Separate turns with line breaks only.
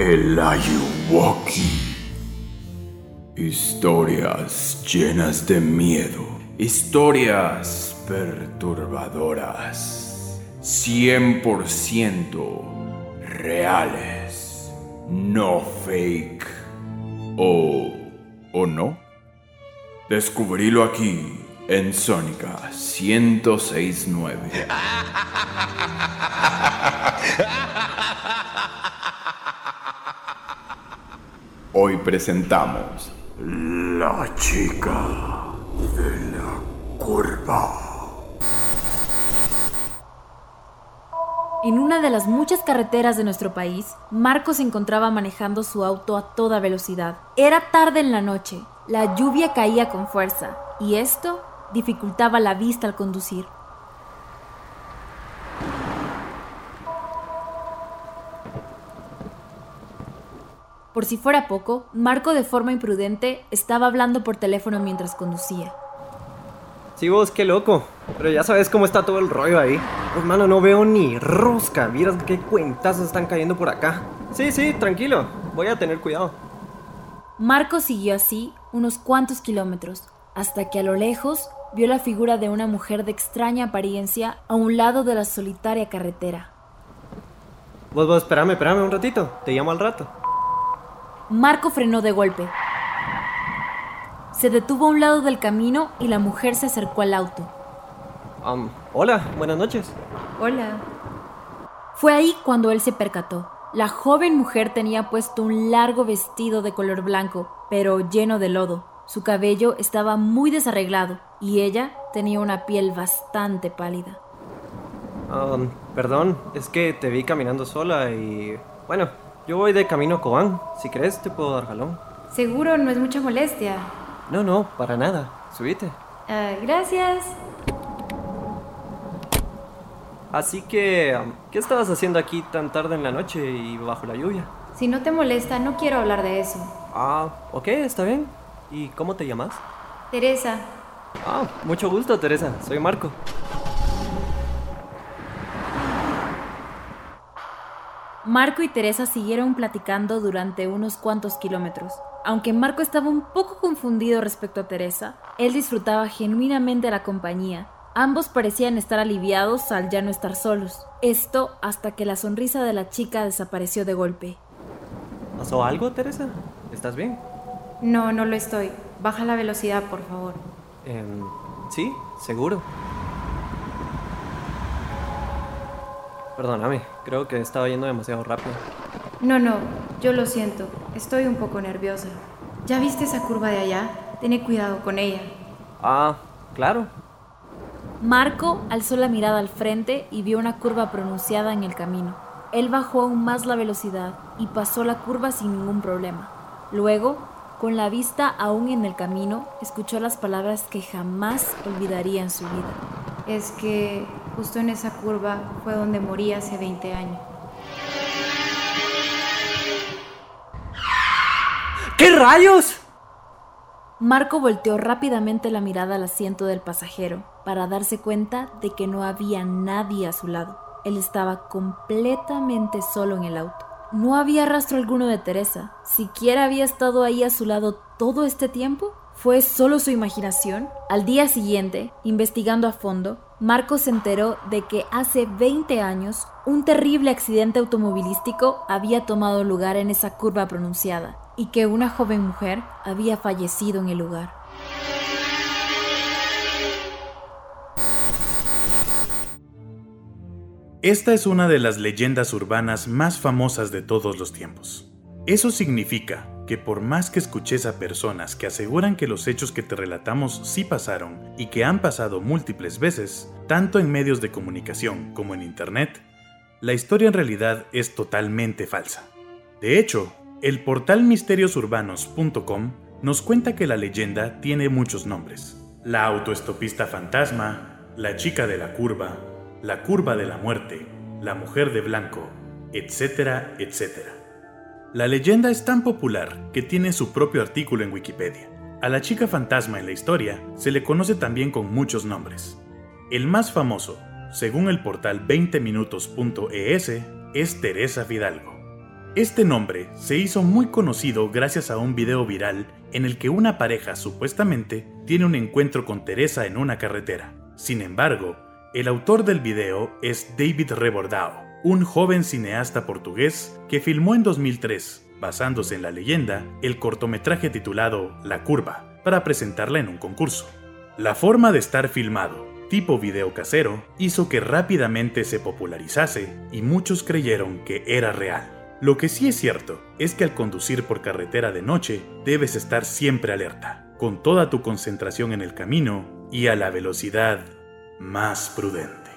El Ayuwoki. Historias llenas de miedo. Historias perturbadoras. 100% reales. No fake. ¿O no? Descubrílo aquí en Sónica 1069. Hoy presentamos La chica de la curva.
En una de las muchas carreteras de nuestro país, Marco se encontraba manejando su auto a toda velocidad. Era tarde en la noche, la lluvia caía con fuerza y esto dificultaba la vista al conducir. Por si fuera poco, Marco de forma imprudente estaba hablando por teléfono mientras conducía.
Sí, vos, qué loco. Pero ya sabes cómo está todo el rollo ahí. Hermano, no veo ni rosca. Miras qué cuentazos están cayendo por acá. Sí, tranquilo. Voy a tener cuidado.
Marco siguió así unos cuantos kilómetros, hasta que a lo lejos vio la figura de una mujer de extraña apariencia a un lado de la solitaria carretera.
Vos, espérame un ratito. Te llamo al rato.
Marco frenó de golpe. Se detuvo a un lado del camino y la mujer se acercó al auto.
Hola, buenas noches.
Hola. Fue ahí cuando él se percató. La joven mujer tenía puesto un largo vestido de color blanco, pero lleno de lodo. Su cabello estaba muy desarreglado y ella tenía una piel bastante pálida.
Perdón, es que te vi caminando sola y... Bueno, yo voy de camino a Cobán. Si querés, te puedo dar jalón.
Seguro no es mucha molestia.
No, para nada. Subite.
Gracias.
Así que, ¿qué estabas haciendo aquí tan tarde en la noche y bajo la lluvia?
Si no te molesta, no quiero hablar de eso.
Ok, está bien. ¿Y cómo te llamas?
Teresa.
Mucho gusto, Teresa. Soy Marco.
Marco y Teresa siguieron platicando durante unos cuantos kilómetros. Aunque Marco estaba un poco confundido respecto a Teresa, él disfrutaba genuinamente la compañía. Ambos parecían estar aliviados al ya no estar solos. Esto hasta que la sonrisa de la chica desapareció de golpe.
¿Pasó algo, Teresa? ¿Estás bien?
No lo estoy. Baja la velocidad, por favor.
Sí, seguro. Perdóname, creo que estaba yendo demasiado rápido.
No, yo lo siento. Estoy un poco nerviosa. ¿Ya viste esa curva de allá? Ten cuidado con ella.
Claro.
Marco alzó la mirada al frente y vio una curva pronunciada en el camino. Él bajó aún más la velocidad y pasó la curva sin ningún problema. Luego, con la vista aún en el camino, escuchó las palabras que jamás olvidaría en su vida.
Es que justo en esa curva fue donde morí hace 20 años.
¿Qué rayos?
Marco volteó rápidamente la mirada al asiento del pasajero para darse cuenta de que no había nadie a su lado. Él estaba completamente solo en el auto. No había rastro alguno de Teresa. ¿Siquiera había estado ahí a su lado todo este tiempo? ¿Fue solo su imaginación? Al día siguiente, investigando a fondo, Marco se enteró de que hace 20 años un terrible accidente automovilístico había tomado lugar en esa curva pronunciada y que una joven mujer había fallecido en el lugar.
Esta es una de las leyendas urbanas más famosas de todos los tiempos. Eso significa que por más que escuches a personas que aseguran que los hechos que te relatamos sí pasaron y que han pasado múltiples veces, tanto en medios de comunicación como en internet, la historia en realidad es totalmente falsa. De hecho, el portal misteriosurbanos.com nos cuenta que la leyenda tiene muchos nombres. La autoestopista fantasma, la chica de la curva de la muerte, la mujer de blanco, etcétera, etcétera. La leyenda es tan popular que tiene su propio artículo en Wikipedia. A la chica fantasma en la historia se le conoce también con muchos nombres. El más famoso, según el portal 20minutos.es, es Teresa Fidalgo. Este nombre se hizo muy conocido gracias a un video viral en el que una pareja supuestamente tiene un encuentro con Teresa en una carretera. Sin embargo, el autor del video es David Rebordao, un joven cineasta portugués que filmó en 2003, basándose en la leyenda, el cortometraje titulado La Curva, para presentarla en un concurso. La forma de estar filmado, tipo video casero, hizo que rápidamente se popularizase y muchos creyeron que era real. Lo que sí es cierto es que al conducir por carretera de noche debes estar siempre alerta, con toda tu concentración en el camino y a la velocidad más prudente.